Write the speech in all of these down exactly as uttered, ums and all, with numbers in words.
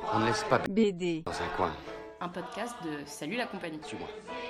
On ne laisse pas B D dans un coin. Un podcast de Salut la compagnie. Suis-moi.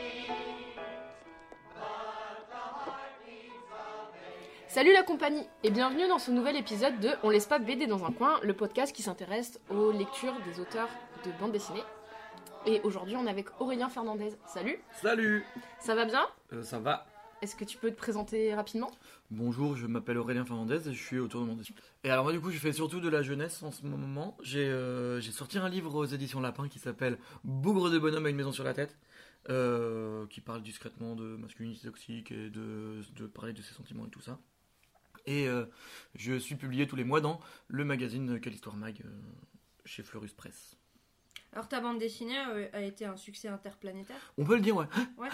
Salut la compagnie et bienvenue dans ce nouvel épisode de On laisse pas B D dans un coin, le podcast qui s'intéresse aux lectures des auteurs de bande dessinée. Et aujourd'hui on est avec Aurélien Fernandez. Salut. Salut. Ça va bien ? Euh, ça va. Est-ce que tu peux te présenter rapidement ? Bonjour, je m'appelle Aurélien Fernandez et je suis auteur de bande dessinée. Et alors moi du coup je fais surtout de la jeunesse en ce moment. J'ai, euh, j'ai sorti un livre aux éditions Lapin qui s'appelle Bougre de bonhomme à une maison sur la tête, euh, qui parle discrètement de masculinité toxique et de, de parler de ses sentiments et tout ça. Et euh, je suis publié tous les mois dans le magazine Quelle Histoire Mag, euh, chez Fleurus Press. Alors ta bande dessinée a été un succès interplanétaire ? On peut le dire, ouais. Ouais.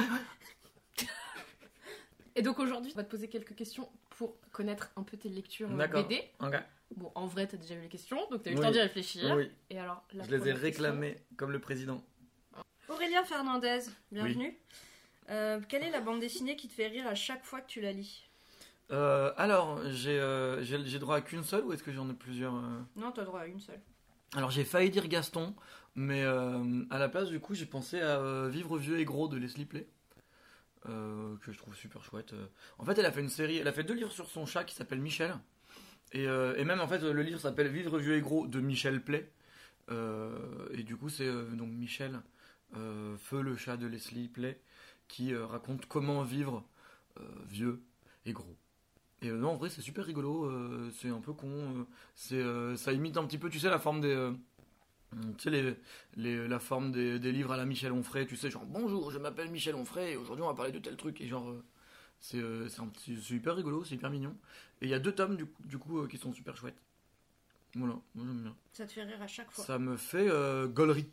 Et donc aujourd'hui on va te poser quelques questions pour connaître un peu tes lectures euh, D'accord. B D. Ok. Bon, en vrai t'as déjà eu les questions, donc t'as eu le Oui. temps d'y réfléchir. Oui. Et alors, la Je les ai première réclamés comme le président. Aurélien Fernandez, bienvenue. Euh, quelle est la bande dessinée qui te fait rire à chaque fois que tu la lis ? Euh, alors, j'ai, euh, j'ai, j'ai droit à qu'une seule ou est-ce que j'en ai plusieurs euh Non, t'as droit à une seule. Alors j'ai failli dire Gaston, mais euh, à la place du coup j'ai pensé à euh, Vivre vieux et gros de Leslie Play, euh, que je trouve super chouette. En fait elle a fait une série, elle a fait deux livres sur son chat qui s'appelle Michel, et, euh, et même en fait le livre s'appelle Vivre vieux et gros de Michel Play, euh, et du coup c'est euh, donc Michel, euh, Feu le chat de Leslie Play, qui euh, raconte comment vivre euh, vieux et gros. Et euh, non, en vrai, c'est super rigolo, euh, c'est un peu con, euh, c'est, euh, ça imite un petit peu, tu sais, la forme des... Euh, tu sais, les, les, la forme des, des livres à la Michel Onfray, tu sais, genre, bonjour, je m'appelle Michel Onfray, et aujourd'hui on va parler de tel truc, et genre, euh, c'est, euh, c'est, un petit, c'est hyper rigolo, c'est hyper mignon. Et il y a deux tomes, du, du coup, euh, qui sont super chouettes. Voilà, moi j'aime bien. Ça te fait rire à chaque fois. Ça me fait euh, gaulerie.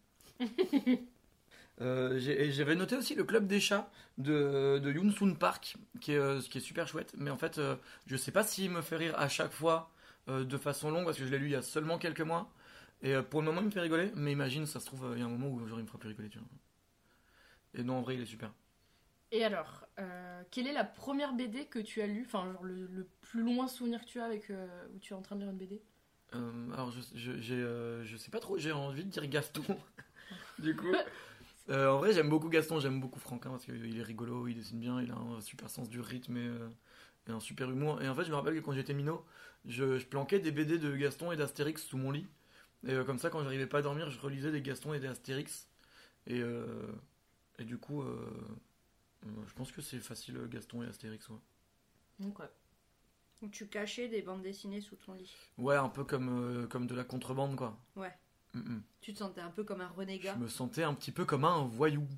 Euh, j'ai, et j'avais noté aussi le club des chats de, de Yoon Soon Park, qui est, euh, qui est super chouette, mais en fait euh, je sais pas s'il me fait rire à chaque fois euh, de façon longue, parce que je l'ai lu il y a seulement quelques mois, et euh, pour le moment il me fait rigoler, mais imagine, ça se trouve, euh, il y a un moment où genre, il me fera plus rigoler, tu vois. Et non, en vrai il est super. Et alors, euh, quelle est la première B D que tu as lue, enfin genre le, le plus loin souvenir que tu as avec euh, où tu es en train de lire une B D ? Euh, alors je, je, j'ai, euh, je sais pas trop, j'ai envie de dire Gaston, du coup... Euh, en vrai, j'aime beaucoup Gaston, j'aime beaucoup Franquin parce qu'il est rigolo, il dessine bien, il a un super sens du rythme et, euh, et un super humour. Et en fait, je me rappelle que quand j'étais minot, je, je planquais des B D de Gaston et d'Astérix sous mon lit. Et euh, comme ça, quand j'arrivais pas à dormir, je relisais des Gaston et des Astérix. Et, euh, et du coup, euh, euh, je pense que c'est facile, Gaston et Astérix. Ouais, Donc, ouais. Donc tu cachais des bandes dessinées sous ton lit. ouais un peu comme, euh, comme de la contrebande, quoi. Ouais. Mm-mm. Tu te sentais un peu comme un renégat. Je me sentais un petit peu comme un voyou.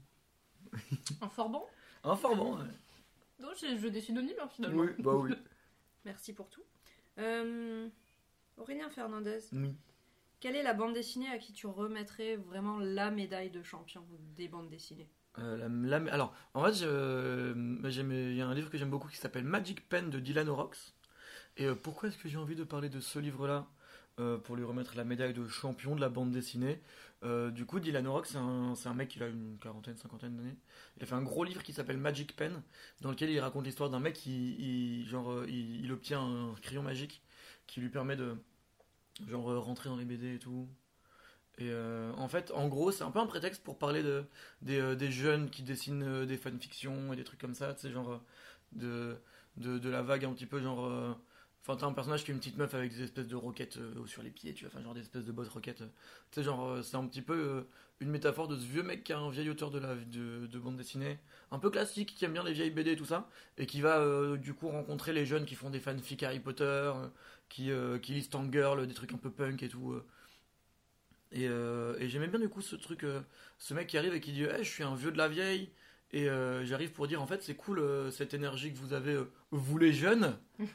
Un Forban ? Un formant, ouais. Non, j'ai je des synonymes hein, finalement. Oui, bah oui. Merci pour tout. Euh, Aurélien Fernandez, Oui. quelle est la bande dessinée à qui tu remettrais vraiment la médaille de champion des bandes dessinées ? Euh, la, la, alors, en fait, je, j'aime, il y a un livre que j'aime beaucoup qui s'appelle Magic Pen de Dylan Orox. Et euh, pourquoi est-ce que j'ai envie de parler de ce livre-là euh, pour lui remettre la médaille de champion de la bande dessinée. Euh, du coup, Dylan Orox, c'est un, c'est un mec qui a une quarantaine, cinquantaine d'années. Il a fait un gros livre qui s'appelle Magic Pen, dans lequel il raconte l'histoire d'un mec qui, il, genre, euh, il, il obtient un crayon magique qui lui permet de genre rentrer dans les B D et tout. Et euh, en fait, en gros, c'est un peu un prétexte pour parler de, des, euh, des jeunes qui dessinent euh, des fanfictions et des trucs comme ça, tu sais, genre euh, de, de, de la vague un petit peu, genre... Euh, enfin, t'as un personnage qui est une petite meuf avec des espèces de roquettes euh, sur les pieds, tu vois, enfin, genre des espèces de bottes roquettes. Euh, tu sais, genre, euh, c'est un petit peu euh, une métaphore de ce vieux mec qui est un vieil auteur de, la, de, de bande dessinée, un peu classique, qui aime bien les vieilles B D et tout ça, et qui va euh, du coup rencontrer les jeunes qui font des fanfics Harry Potter, euh, qui, euh, qui lisent Tangirl, des trucs un peu punk et tout. Euh, Et, euh, et j'aimais bien du coup ce truc, euh, ce mec qui arrive et qui dit hey, je suis un vieux de la vieille et euh, j'arrive pour dire en fait c'est cool euh, cette énergie que vous avez euh, vous les jeunes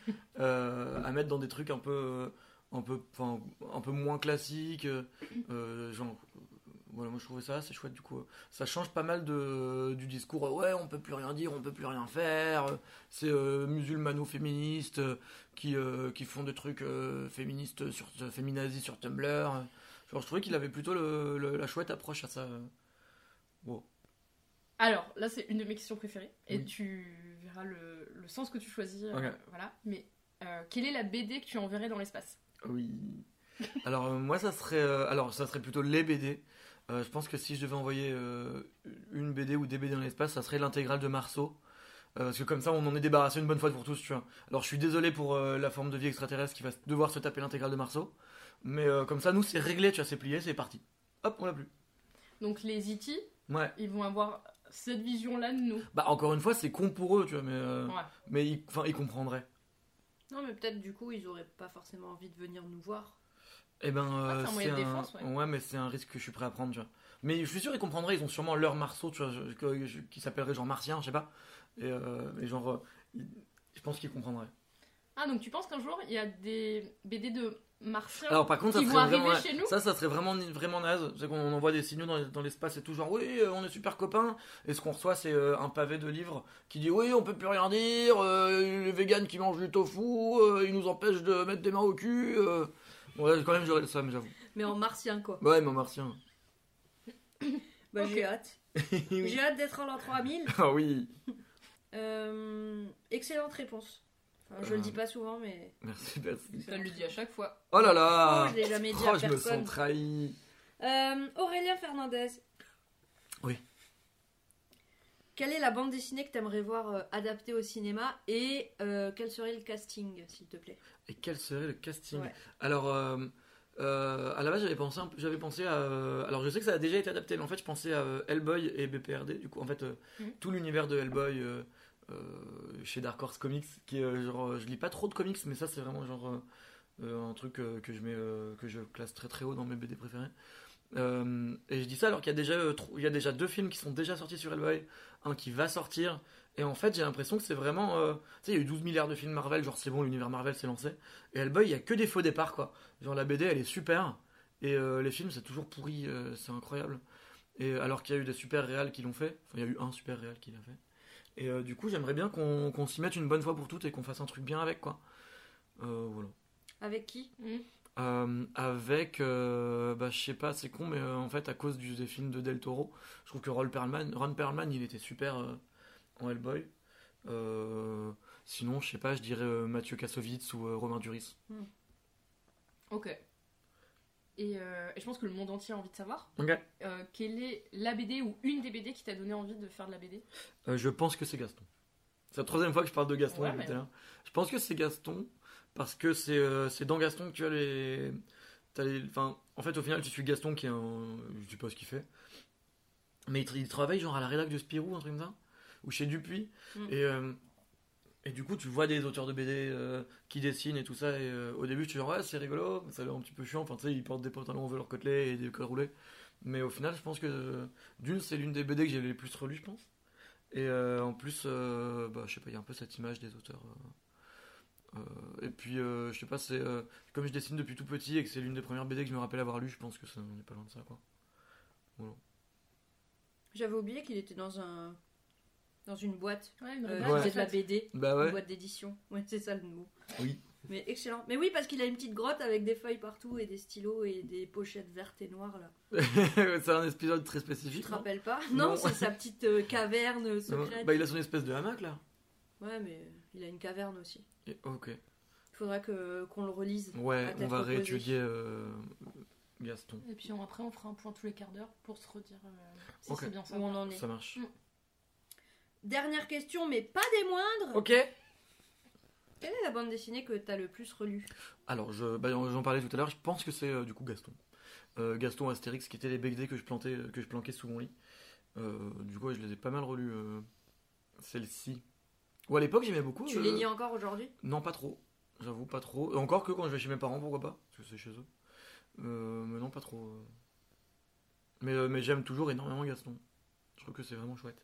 euh, à mettre dans des trucs un peu euh, un peu enfin un peu moins classiques euh, genre voilà, moi je trouvais ça assez chouette du coup ça change pas mal de du discours ouais on peut plus rien dire on peut plus rien faire c'est euh, musulmano-féministes euh, qui euh, qui font des trucs euh, féministes sur euh, féminazis sur Tumblr. Genre, je trouvais qu'il avait plutôt le, le, la chouette approche à ça. Wow. Alors, là, c'est une de mes questions préférées. Et Oui. tu verras le, le sens que tu choisis. euh, Ok. voilà. Mais euh, quelle est la B D que tu enverrais dans l'espace ? Oui. Alors euh, moi ça serait euh, alors ça serait plutôt les B D. Euh, je pense que si je devais envoyer euh, une B D ou des B D dans l'espace, ça serait l'intégrale de Marceau. Euh, parce que comme ça on en est débarrassé une bonne fois pour tous, tu vois. Alors je suis désolé pour euh, la forme de vie extraterrestre qui va devoir se taper l'intégrale de Marceau. Mais euh, comme ça nous c'est réglé, tu vois, c'est plié, c'est parti. Hop, on l'a plus. Donc les E T, Ouais. ils vont avoir cette vision-là de nous. Bah encore une fois c'est con pour eux, tu vois, mais, euh, Ouais. mais ils, enfin, ils comprendraient. Non, mais peut-être du coup, ils auraient pas forcément envie de venir nous voir. Eh ben, Ah, euh, c'est un moyen de défense, ouais. ouais, mais c'est un risque que je suis prêt à prendre, tu vois. Mais je suis sûr qu'ils comprendraient, ils ont sûrement leur Marceau, tu vois, je- que- je- qui s'appellerait genre Martien, je sais pas. Et, euh, et genre, euh, ils- je pense qu'ils comprendraient. Ah, donc tu penses qu'un jour, il y a des B D de martiens Alors par contre, ça qui vont serait arriver vraiment, chez nous? ça, ça serait vraiment, vraiment naze. C'est qu'on envoie des signaux dans, dans l'espace et tout, genre oui, euh, on est super copains. Et ce qu'on reçoit, c'est euh, un pavé de livres qui dit oui, on peut plus rien dire. Euh, les végans qui mangent du tofu, euh, ils nous empêchent de mettre des mains au cul. Euh... Ouais, quand même, j'aurais le seum, j'avoue. Mais en martien, quoi. Ouais, mais en martien. Bah, Ok. j'ai hâte. Oui. J'ai hâte d'être en l'an trois mille. Ah oui. Euh, excellente réponse. Enfin, je Euh. le dis pas souvent, mais. Merci, merci. Ça le dit à chaque fois. Oh là Oh, là. je l'ai jamais dit Oh, à je me personne. sens trahi. Euh, Aurélien Fernandez. Oui. Quelle est la bande dessinée que t'aimerais voir euh, adaptée au cinéma et euh, quel serait le casting, s'il te plaît? Et quel serait le casting? Ouais. Alors, euh, euh, à la base, j'avais pensé, un peu- j'avais pensé à. euh, alors, je sais que ça a déjà été adapté, mais en fait, je pensais à euh, Hellboy et B P R D. Du coup, en fait, euh, Mhm. tout l'univers de Hellboy euh, euh, chez Dark Horse Comics, qui est euh, genre, euh, je lis pas trop de comics, mais ça, c'est vraiment genre euh, euh, un truc euh, que je mets, euh, que je classe très très haut dans mes B D préférés. Euh, et je dis ça alors qu'il y a déjà, euh, tro- il y a déjà deux films qui sont déjà sortis sur Hellboy, un qui va sortir. Et en fait, j'ai l'impression que c'est vraiment. euh, tu sais, il y a eu douze milliards de films Marvel, genre c'est bon, l'univers Marvel s'est lancé. Et Hellboy, il y a que des faux départs, quoi. Genre la B D, elle est super. Et euh, les films, c'est toujours pourri, euh, c'est incroyable. Et alors qu'il y a eu des super réals qui l'ont fait. Enfin, il y a eu un super réal qui l'a fait. Et euh, du coup, j'aimerais bien qu'on qu'on s'y mette une bonne fois pour toutes et qu'on fasse un truc bien avec, quoi. Euh, voilà. Avec qui? Mhm. Euh, avec, euh, bah, je sais pas, c'est con, mais euh, en fait, à cause du, des films de Del Toro, je trouve que Ron Perlman, Ron Perlman il était super euh, en Hellboy. Euh, sinon, je sais pas, je dirais euh, Mathieu Kassovitz ou euh, Romain Duris. Ok. Et, euh, et je pense que le monde entier a envie de savoir Ok. euh, quelle est la B D ou une des B D qui t'a donné envie de faire de la B D. Euh, je pense que c'est Gaston. C'est la troisième fois que je parle de Gaston. Ouais, depuis mais- tout à l'heure. Je pense que c'est Gaston parce que c'est euh, c'est dans Gaston que tu as les. T'as les enfin, en fait, au final, tu suis Gaston qui est un. Je sais pas ce qu'il fait. Mais il, tra- il travaille genre à la rédac de Spirou, un truc comme ça. Ou chez Dupuis. Mm. Et, euh, et du coup, tu vois des auteurs de B D euh, qui dessinent et tout ça. Et euh, au début, tu te dis, ouais, c'est rigolo. Ça a l'air un petit peu chiant. Enfin, tu sais, ils portent des pantalons en velours côtelé et des cols roulés. Mais au final, je pense que euh, d'une, c'est l'une des B D que j'ai les plus relues, je pense. Et euh, en plus, euh, bah, je sais pas, il y a un peu cette image des auteurs. euh, euh, et puis, euh, je sais pas, c'est euh, comme je dessine depuis tout petit et que c'est l'une des premières B D que je me rappelle avoir lu, je pense que ça n'est pas loin de ça, quoi. J'avais oublié qu'il était dans un dans une boîte Ouais, une euh, rubrique, qui Ouais. faisait de la en fait. B D, Bah une ouais. boîte d'édition. Ouais, c'est ça le mot. Oui. Mais excellent. Mais oui, parce qu'il a une petite grotte avec des feuilles partout et des stylos et des pochettes vertes et noires là. C'est un épisode très Tu spécifique. te non rappelles pas? Non. Non, c'est sa petite euh, caverne Non. secrète. Bah, il a son espèce de hamac là. Ouais, mais il a une caverne aussi. Et- ok. Il faudra que qu'on le relise. à Ouais, tête on va reposée. réétudier euh, Gaston. Et puis on- après, on fera un point tous les quarts d'heure pour se redire euh, si Ok. c'est bien ça. Où on en est. Ça marche. Mm. Dernière question, mais pas des moindres. Ok. Quelle est la bande dessinée que t'as le plus relue? Alors, je, bah, j'en parlais tout à l'heure, je pense que c'est euh, du coup Gaston. Euh, Gaston Astérix, qui étaient les B D que je, plantais, que je planquais sous mon lit. Euh, du coup, ouais, je les ai pas mal relus. Euh, Celle-ci. Ou à l'époque, j'aimais beaucoup. Tu euh, les lis encore aujourd'hui? Non, pas trop. J'avoue, pas trop. Et encore que quand je vais chez mes parents, pourquoi pas? Parce que c'est chez eux. Euh, mais non, pas trop. euh. Mais, euh, mais j'aime toujours énormément Gaston. Je trouve que c'est vraiment chouette.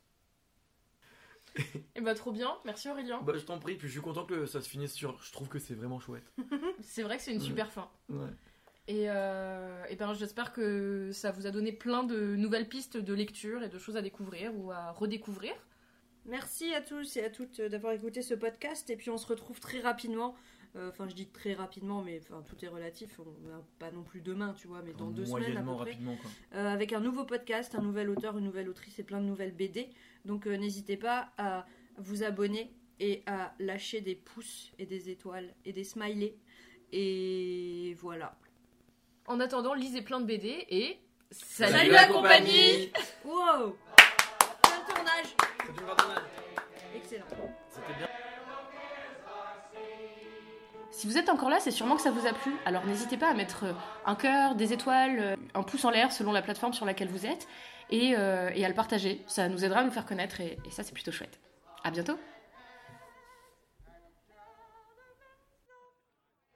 Et bah trop bien, merci Aurélien. Bah, je t'en prie, puis je suis content que ça se finisse sur. Je trouve que c'est vraiment chouette. C'est vrai que c'est une Ouais. super fin. Ouais. Et, euh, et ben j'espère que ça vous a donné plein de nouvelles pistes de lecture et de choses à découvrir ou à redécouvrir. Merci à tous et à toutes d'avoir écouté ce podcast. Et puis on se retrouve très rapidement. Euh, Enfin, je dis très rapidement, mais enfin, tout est relatif. On n'a pas non plus demain, tu vois, mais dans deux semaines à peu Moyennement près. rapidement, quoi. Euh, avec un nouveau podcast, un nouvel auteur, une nouvelle autrice et plein de nouvelles B D. Donc euh, n'hésitez pas à vous abonner et à lâcher des pouces et des étoiles et des smileys. Et voilà. En attendant, lisez plein de B D et... Salut, Salut la compagnie. Wow. Fin de tournage. C'est du tournage. Excellent. C'était bien. Si vous êtes encore là, c'est sûrement que ça vous a plu. Alors n'hésitez pas à mettre un cœur, des étoiles, un pouce en l'air selon la plateforme sur laquelle vous êtes et, euh, et à le partager. Ça nous aidera à nous faire connaître et, et ça c'est plutôt chouette. À bientôt.